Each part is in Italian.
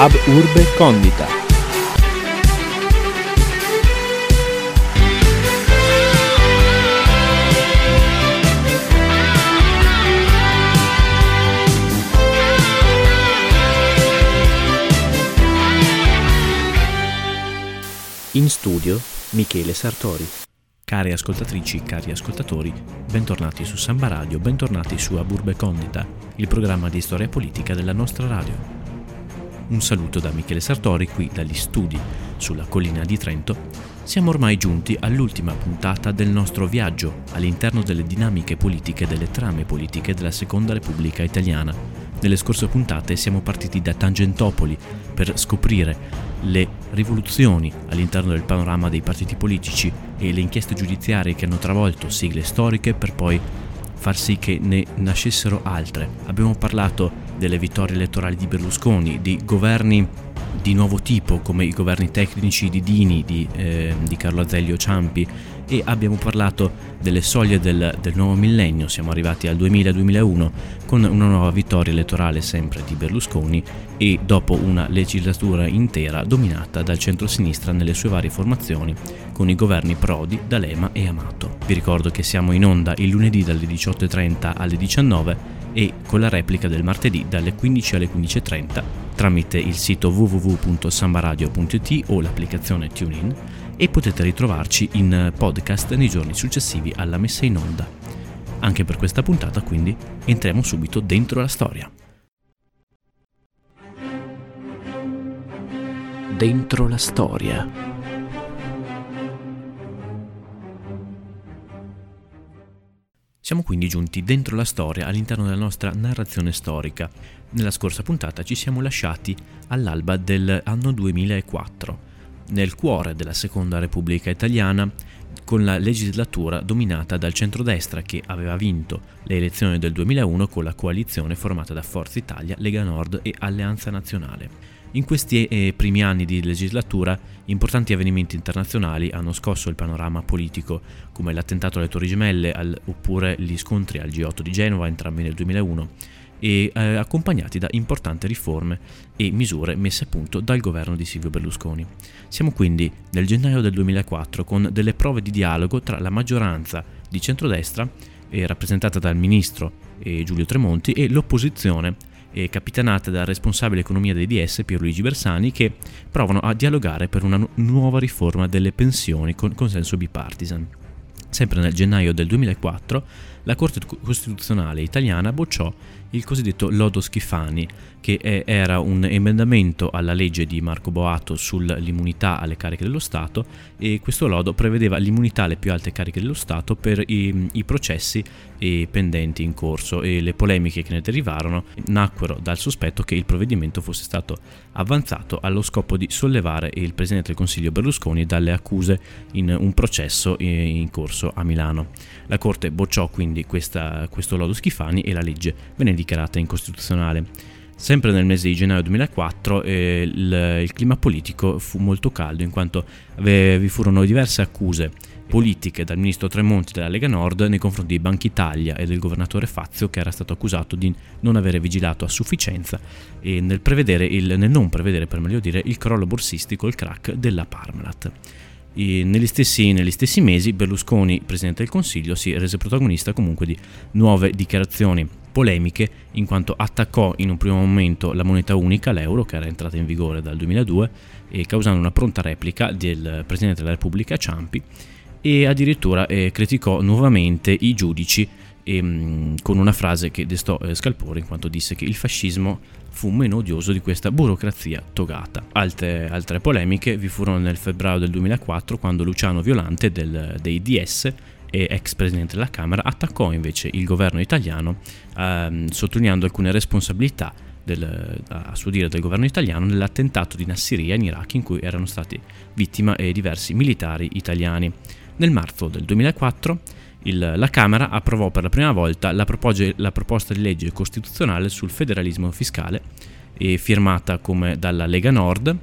Ab Urbe Condita. In studio Michele Sartori. Care ascoltatrici, cari ascoltatori, bentornati su Samba Radio, bentornati su Ab Urbe Condita, il programma di storia politica della nostra radio. Un saluto da Michele Sartori qui dagli studi sulla collina di Trento. Siamo ormai giunti all'ultima puntata del nostro viaggio all'interno delle dinamiche politiche, delle trame politiche della Seconda Repubblica Italiana. Nelle scorse puntate siamo partiti da Tangentopoli per scoprire le rivoluzioni all'interno del panorama dei partiti politici e le inchieste giudiziarie che hanno travolto sigle storiche per poi far sì che ne nascessero altre. Abbiamo parlato delle vittorie elettorali di Berlusconi, di governi di nuovo tipo come i governi tecnici di Dini, di Carlo Azeglio Ciampi, e abbiamo parlato delle soglie del nuovo millennio. Siamo arrivati al 2000-2001 con una nuova vittoria elettorale sempre di Berlusconi e dopo una legislatura intera dominata dal centro-sinistra nelle sue varie formazioni con i governi Prodi, D'Alema e Amato. Vi ricordo che siamo in onda il lunedì dalle 18:30 alle 19 e con la replica del martedì dalle 15 alle 15:30 tramite il sito www.sambaradio.it o l'applicazione TuneIn, e potete ritrovarci in podcast nei giorni successivi alla messa in onda. Anche per questa puntata quindi entriamo subito dentro la storia. Dentro la storia. Siamo quindi giunti dentro la storia all'interno della nostra narrazione storica. Nella scorsa puntata ci siamo lasciati all'alba dell'anno 2004, nel cuore della Seconda Repubblica Italiana, con la legislatura dominata dal centrodestra che aveva vinto le elezioni del 2001 con la coalizione formata da Forza Italia, Lega Nord e Alleanza Nazionale. In questi primi anni di legislatura importanti avvenimenti internazionali hanno scosso il panorama politico, come l'attentato alle Torri Gemelle oppure gli scontri al G8 di Genova, entrambi nel 2001, e accompagnati da importanti riforme e misure messe a punto dal governo di Silvio Berlusconi. Siamo quindi nel gennaio del 2004 con delle prove di dialogo tra la maggioranza di centrodestra, rappresentata dal ministro Giulio Tremonti, e l'opposizione capitanata dal responsabile economia dei DS Pierluigi Bersani, che provano a dialogare per una nuova riforma delle pensioni con consenso bipartisan. Sempre nel gennaio del 2004 la Corte Costituzionale italiana bocciò il cosiddetto lodo Schifani, che era un emendamento alla legge di Marco Boato sull'immunità alle cariche dello Stato, e questo lodo prevedeva l'immunità alle più alte cariche dello Stato per i processi pendenti in corso, e le polemiche che ne derivarono nacquero dal sospetto che il provvedimento fosse stato avanzato allo scopo di sollevare il Presidente del Consiglio Berlusconi dalle accuse in un processo in corso a Milano. La Corte bocciò quindi questo lodo Schifani e la legge venne dichiarata incostituzionale. Sempre nel mese di gennaio 2004 il clima politico fu molto caldo, in quanto vi furono diverse accuse politiche dal ministro Tremonti della Lega Nord nei confronti di Banca Italia e del governatore Fazio, che era stato accusato di non avere vigilato a sufficienza e nel non prevedere per meglio dire il crollo borsistico, il crack della Parmalat. Negli stessi mesi Berlusconi, Presidente del Consiglio, si rese protagonista comunque di nuove dichiarazioni polemiche, in quanto attaccò in un primo momento la moneta unica, l'euro, che era entrata in vigore dal 2002, e causando una pronta replica del Presidente della Repubblica Ciampi, e addirittura criticò nuovamente i giudici con una frase che destò scalpore, in quanto disse che il fascismo fu meno odioso di questa burocrazia togata. Altre polemiche vi furono nel febbraio del 2004, quando Luciano Violante dei DS e ex presidente della Camera attaccò invece il governo italiano, sottolineando alcune responsabilità a suo dire del governo italiano nell'attentato di Nassiriya in Iraq, in cui erano stati vittima diversi militari italiani. Nel marzo del 2004 la Camera approvò per la prima volta la proposta di legge costituzionale sul federalismo fiscale, firmata come dalla Lega Nord,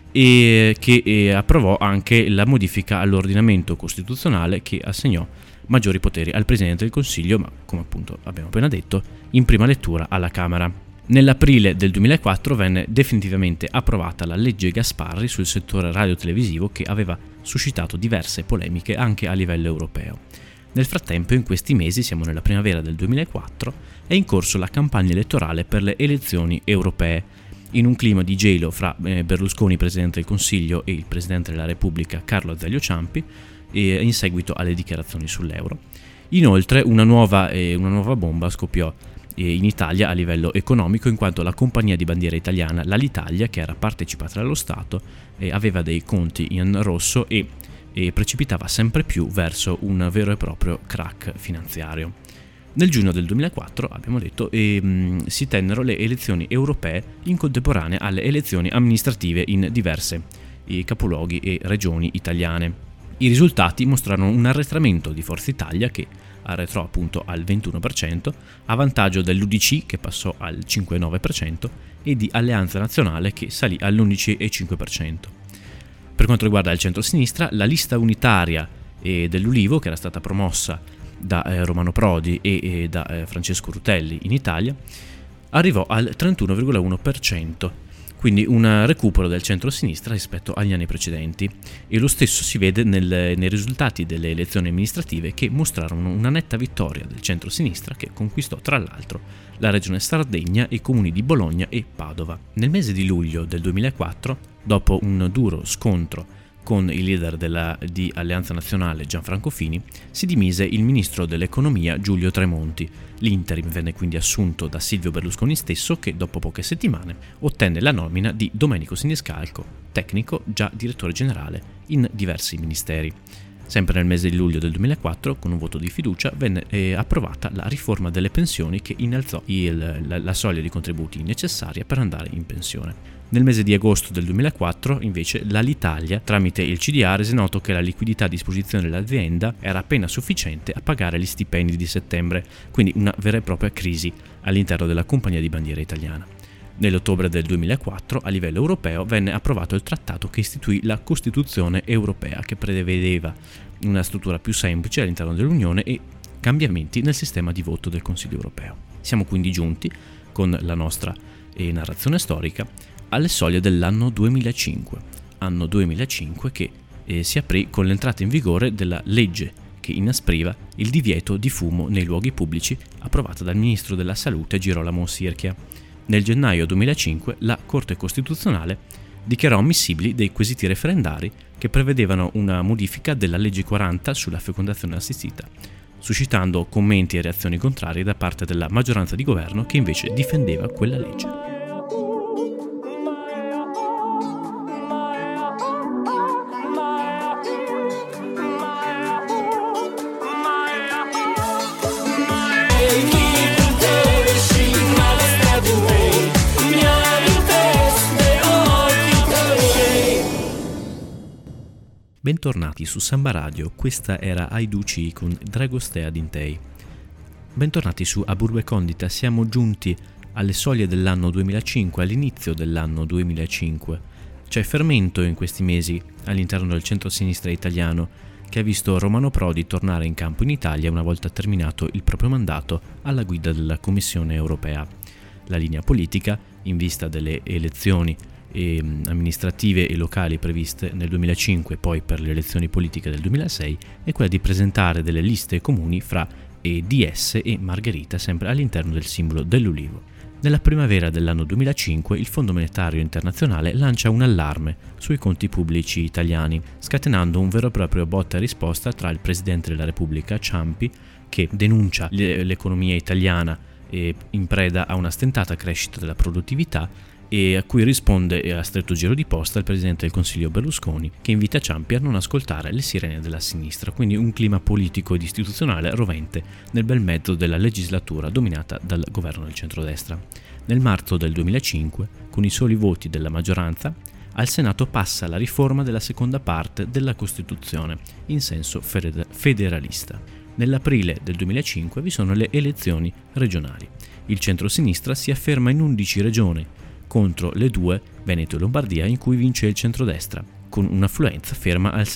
e che approvò anche la modifica all'ordinamento costituzionale che assegnò maggiori poteri al Presidente del Consiglio, ma come appunto abbiamo appena detto, in prima lettura alla Camera. Nell'aprile del 2004 venne definitivamente approvata la legge Gasparri sul settore radiotelevisivo, che aveva suscitato diverse polemiche anche a livello europeo. Nel frattempo, in questi mesi, siamo nella primavera del 2004, è in corso la campagna elettorale per le elezioni europee, in un clima di gelo fra Berlusconi, Presidente del Consiglio, e il Presidente della Repubblica, Carlo Azeglio Ciampi, in seguito alle dichiarazioni sull'euro. Inoltre una nuova bomba scoppiò in Italia a livello economico, in quanto la compagnia di bandiera italiana, l'Alitalia, che era partecipata dallo Stato, aveva dei conti in rosso e precipitava sempre più verso un vero e proprio crack finanziario. Nel giugno del 2004, abbiamo detto, si tennero le elezioni europee in contemporanea alle elezioni amministrative in diverse capoluoghi e regioni italiane. I risultati mostrarono un arretramento di Forza Italia, che arretrò appunto al 21%, a vantaggio dell'UDC, che passò al 5,9%, e di Alleanza Nazionale, che salì all'11,5%. Per quanto riguarda il centro-sinistra, la lista unitaria dell'Ulivo, che era stata promossa da Romano Prodi e da Francesco Rutelli in Italia, arrivò al 31,1%, quindi un recupero del centro-sinistra rispetto agli anni precedenti, e lo stesso si vede nei risultati delle elezioni amministrative, che mostrarono una netta vittoria del centro-sinistra, che conquistò tra l'altro la regione Sardegna e i comuni di Bologna e Padova. Nel mese di luglio del 2004, dopo un duro scontro con il leader di Alleanza Nazionale Gianfranco Fini, si dimise il ministro dell'economia Giulio Tremonti. L'interim venne quindi assunto da Silvio Berlusconi stesso, che dopo poche settimane ottenne la nomina di Domenico Siniscalco, tecnico già direttore generale in diversi ministeri. Sempre nel mese di luglio del 2004, con un voto di fiducia, venne approvata la riforma delle pensioni, che innalzò la soglia di contributi necessaria per andare in pensione. Nel mese di agosto del 2004, invece, l'Alitalia, tramite il CDA, rese noto che la liquidità a disposizione dell'azienda era appena sufficiente a pagare gli stipendi di settembre, quindi una vera e propria crisi all'interno della compagnia di bandiera italiana. Nell'ottobre del 2004, a livello europeo, venne approvato il trattato che istituì la Costituzione europea, che prevedeva una struttura più semplice all'interno dell'Unione e cambiamenti nel sistema di voto del Consiglio europeo. Siamo quindi giunti, con la nostra narrazione storica, alle soglie dell'anno 2005, anno 2005 che si aprì con l'entrata in vigore della legge che inaspriva il divieto di fumo nei luoghi pubblici, approvata dal ministro della Salute Girolamo Sirchia. Nel gennaio 2005 la Corte Costituzionale dichiarò ammissibili dei quesiti referendari che prevedevano una modifica della legge 40 sulla fecondazione assistita, suscitando commenti e reazioni contrarie da parte della maggioranza di governo, che invece difendeva quella legge. Bentornati su Samba Radio, questa era Ai Duci con Dragostea Dintei. Bentornati su Aburbe Condita, siamo giunti alle soglie dell'anno 2005, all'inizio dell'anno 2005. C'è fermento in questi mesi all'interno del centro-sinistra italiano, che ha visto Romano Prodi tornare in campo in Italia una volta terminato il proprio mandato alla guida della Commissione europea. La linea politica, in vista delle elezioni amministrative e locali previste nel 2005 e poi per le elezioni politiche del 2006, è quella di presentare delle liste comuni fra DS e Margherita, sempre all'interno del simbolo dell'ulivo. Nella primavera dell'anno 2005 il Fondo Monetario Internazionale lancia un allarme sui conti pubblici italiani, scatenando un vero e proprio botta e risposta tra il Presidente della Repubblica Ciampi, che denuncia l'economia italiana in preda a una stentata crescita della produttività, e a cui risponde a stretto giro di posta il Presidente del Consiglio Berlusconi, che invita Ciampi a non ascoltare le sirene della sinistra, quindi un clima politico ed istituzionale rovente nel bel mezzo della legislatura dominata dal governo del centrodestra. Nel marzo del 2005, con i soli voti della maggioranza, al Senato passa la riforma della seconda parte della Costituzione in senso federalista. Nell'aprile del 2005 vi sono le elezioni regionali. Il centro-sinistra si afferma in 11 regioni, contro le 2, Veneto e Lombardia, in cui vince il centrodestra, con un'affluenza ferma al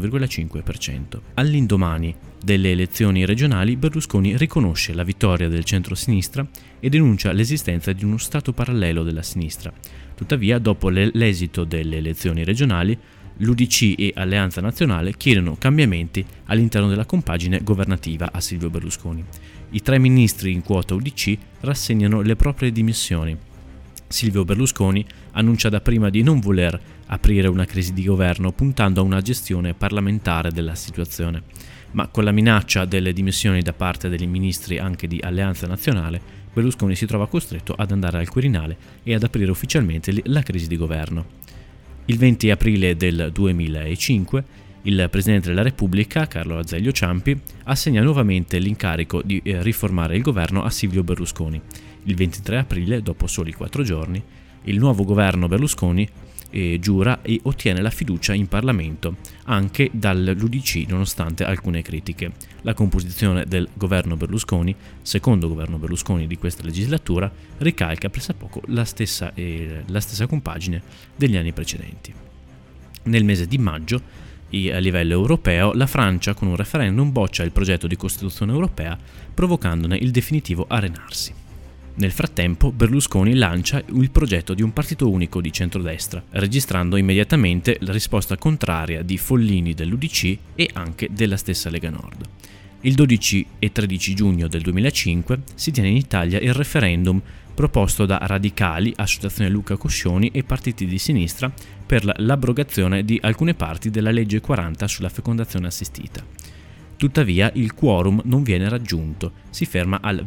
71,5%. All'indomani delle elezioni regionali, Berlusconi riconosce la vittoria del centro-sinistra e denuncia l'esistenza di uno stato parallelo della sinistra. Tuttavia, dopo l'esito delle elezioni regionali, l'UDC e Alleanza Nazionale chiedono cambiamenti all'interno della compagine governativa a Silvio Berlusconi. I 3 ministri in quota UDC rassegnano le proprie dimissioni. Silvio Berlusconi annuncia dapprima di non voler aprire una crisi di governo puntando a una gestione parlamentare della situazione, ma con la minaccia delle dimissioni da parte degli ministri anche di Alleanza Nazionale, Berlusconi si trova costretto ad andare al Quirinale e ad aprire ufficialmente la crisi di governo. Il 20 aprile del 2005 il Presidente della Repubblica, Carlo Azeglio Ciampi, assegna nuovamente l'incarico di riformare il governo a Silvio Berlusconi. Il 23 aprile, dopo soli 4 giorni, il nuovo governo Berlusconi giura e ottiene la fiducia in Parlamento, anche dall'UDC nonostante alcune critiche. La composizione del governo Berlusconi, secondo governo Berlusconi di questa legislatura, ricalca pressappoco la stessa compagine degli anni precedenti. Nel mese di maggio, a livello europeo, la Francia con un referendum boccia il progetto di Costituzione europea, provocandone il definitivo arenarsi. Nel frattempo, Berlusconi lancia il progetto di un partito unico di centrodestra, registrando immediatamente la risposta contraria di Follini dell'UDC e anche della stessa Lega Nord. Il 12 e 13 giugno del 2005 si tiene in Italia il referendum proposto da Radicali, Associazione Luca Coscioni e partiti di sinistra per l'abrogazione di alcune parti della legge 40 sulla fecondazione assistita. Tuttavia il quorum non viene raggiunto, si ferma al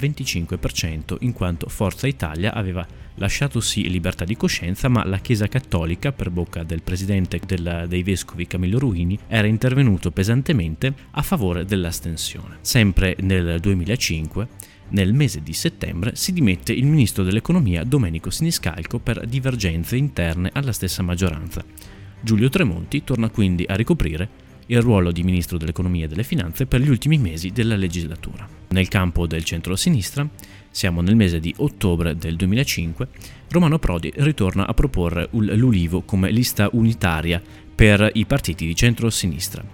25% in quanto Forza Italia aveva lasciato sì libertà di coscienza, ma la Chiesa Cattolica, per bocca del presidente dei Vescovi Camillo Ruini, era intervenuto pesantemente a favore dell'astensione. Sempre nel 2005, nel mese di settembre, si dimette il ministro dell'economia Domenico Siniscalco per divergenze interne alla stessa maggioranza. Giulio Tremonti torna quindi a ricoprire il ruolo di ministro dell'economia e delle finanze per gli ultimi mesi della legislatura. Nel campo del centro-sinistra, siamo nel mese di ottobre del 2005, Romano Prodi ritorna a proporre l'Ulivo come lista unitaria per i partiti di centro-sinistra.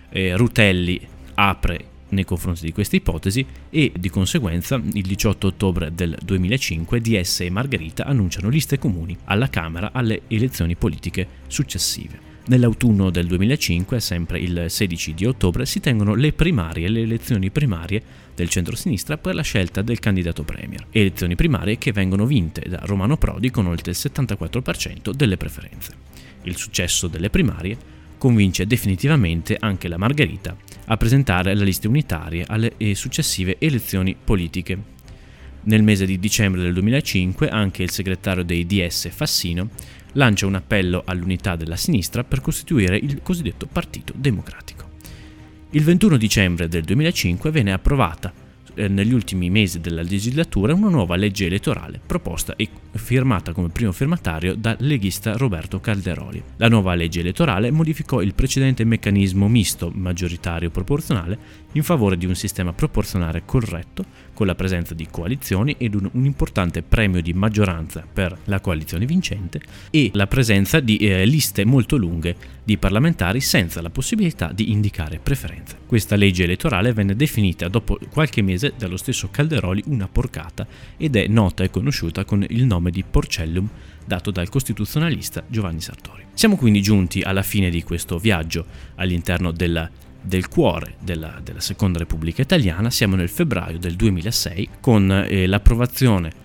Rutelli apre nei confronti di questa ipotesi e di conseguenza il 18 ottobre del 2005 DS e Margherita annunciano liste comuni alla Camera alle elezioni politiche successive. Nell'autunno del 2005, sempre il 16 di ottobre, si tengono le elezioni primarie del centro-sinistra per la scelta del candidato premier. Elezioni primarie che vengono vinte da Romano Prodi con oltre il 74% delle preferenze. Il successo delle primarie convince definitivamente anche la Margherita a presentare le liste unitarie alle successive elezioni politiche. Nel mese di dicembre del 2005 anche il segretario dei DS Fassino lancia un appello all'unità della sinistra per costituire il cosiddetto Partito Democratico. Il 21 dicembre del 2005 viene approvata negli ultimi mesi della legislatura una nuova legge elettorale proposta e firmata come primo firmatario dal leghista Roberto Calderoli. La nuova legge elettorale modificò il precedente meccanismo misto maggioritario proporzionale in favore di un sistema proporzionale corretto con la presenza di coalizioni ed un importante premio di maggioranza per la coalizione vincente e la presenza di liste molto lunghe di parlamentari senza la possibilità di indicare preferenze. Questa legge elettorale venne definita dopo qualche mese dallo stesso Calderoli una porcata ed è nota e conosciuta con il nome di Porcellum dato dal costituzionalista Giovanni Sartori. Siamo quindi giunti alla fine di questo viaggio all'interno del cuore della Seconda Repubblica Italiana. Siamo nel febbraio del 2006 con l'approvazione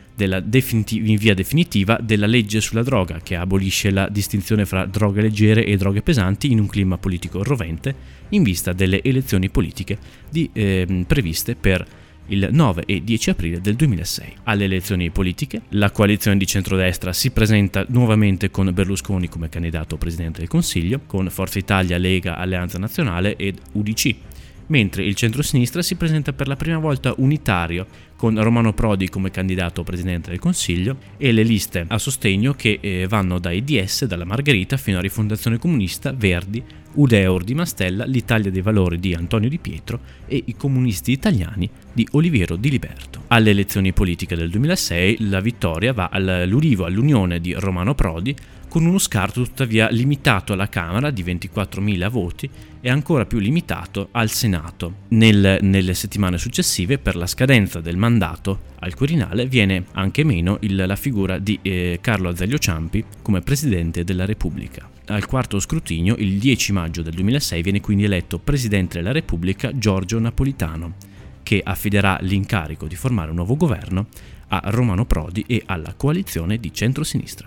in via definitiva della legge sulla droga che abolisce la distinzione fra droghe leggere e droghe pesanti in un clima politico rovente in vista delle elezioni politiche previste per il 9 e 10 aprile del 2006. Alle elezioni politiche, la coalizione di centrodestra si presenta nuovamente con Berlusconi come candidato presidente del Consiglio, con Forza Italia, Lega, Alleanza Nazionale ed UDC, mentre il centrosinistra si presenta per la prima volta unitario con Romano Prodi come candidato presidente del Consiglio e le liste a sostegno che vanno dai DS, dalla Margherita, fino a Rifondazione Comunista, Verdi, Udeur di Mastella, l'Italia dei Valori di Antonio Di Pietro e i Comunisti Italiani di Oliviero Di Liberto. Alle elezioni politiche del 2006 la vittoria va all'Ulivo, all'unione di Romano Prodi con uno scarto tuttavia limitato alla Camera di 24.000 voti e ancora più limitato al Senato. Nelle settimane successive, per la scadenza del mandato al Quirinale, viene anche meno la figura di Carlo Azeglio Ciampi come Presidente della Repubblica. Al quarto scrutinio, il 10 maggio del 2006, viene quindi eletto Presidente della Repubblica Giorgio Napolitano, che affiderà l'incarico di formare un nuovo governo a Romano Prodi e alla coalizione di centrosinistra.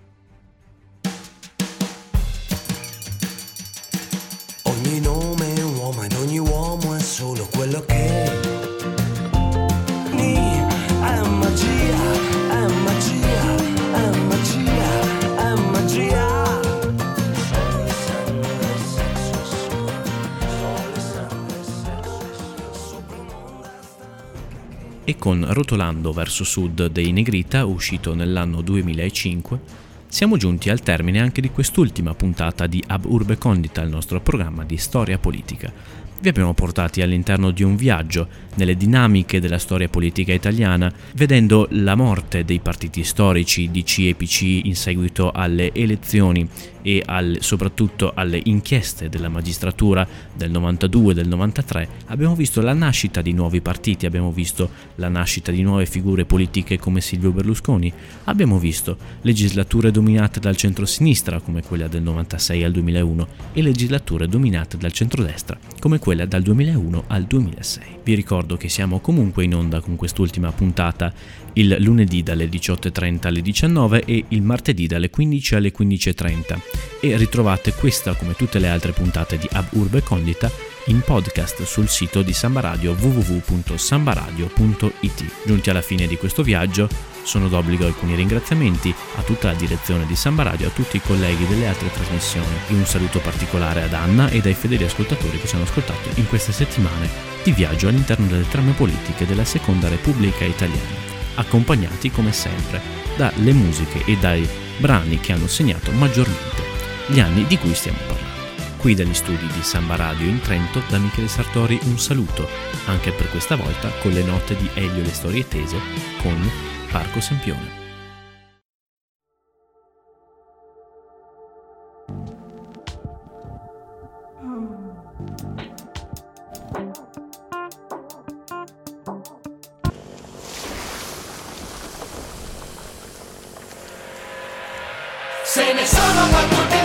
Ogni nome è un uomo ed ogni uomo è solo quello che è. È magia, è magia, è magia, è magia. E con Rotolando verso sud dei Negrita, uscito nell'anno 2005, siamo giunti al termine anche di quest'ultima puntata di Ab Urbe Condita, il nostro programma di storia politica. Vi abbiamo portati all'interno di un viaggio nelle dinamiche della storia politica italiana, vedendo la morte dei partiti storici DC e PC in seguito alle elezioni e soprattutto alle inchieste della magistratura del 92 e del 93. Abbiamo visto la nascita di nuovi partiti, abbiamo visto la nascita di nuove figure politiche come Silvio Berlusconi, abbiamo visto legislature dominate dal centro-sinistra come quella del 96 al 2001 e legislature dominate dal centrodestra come quella dal 2001 al 2006. Vi ricordo che siamo comunque in onda con quest'ultima puntata il lunedì dalle 18:30 alle 19 e il martedì dalle 15 alle 15:30 e ritrovate questa come tutte le altre puntate di Ab Urbe Condita in podcast sul sito di Samba Radio www.sambaradio.it. Giunti alla fine di questo viaggio, sono d'obbligo alcuni ringraziamenti a tutta la direzione di Samba Radio, a tutti i colleghi delle altre trasmissioni e un saluto particolare ad Anna e ai fedeli ascoltatori che ci hanno ascoltato in queste settimane di viaggio all'interno delle trame politiche della Seconda Repubblica Italiana, accompagnati come sempre dalle musiche e dai brani che hanno segnato maggiormente gli anni di cui stiamo parlando. Qui dagli studi di Samba Radio in Trento, da Michele Sartori un saluto, anche per questa volta con le note di Elio e le storie tese con Parco Sempione. Se ne sono battuti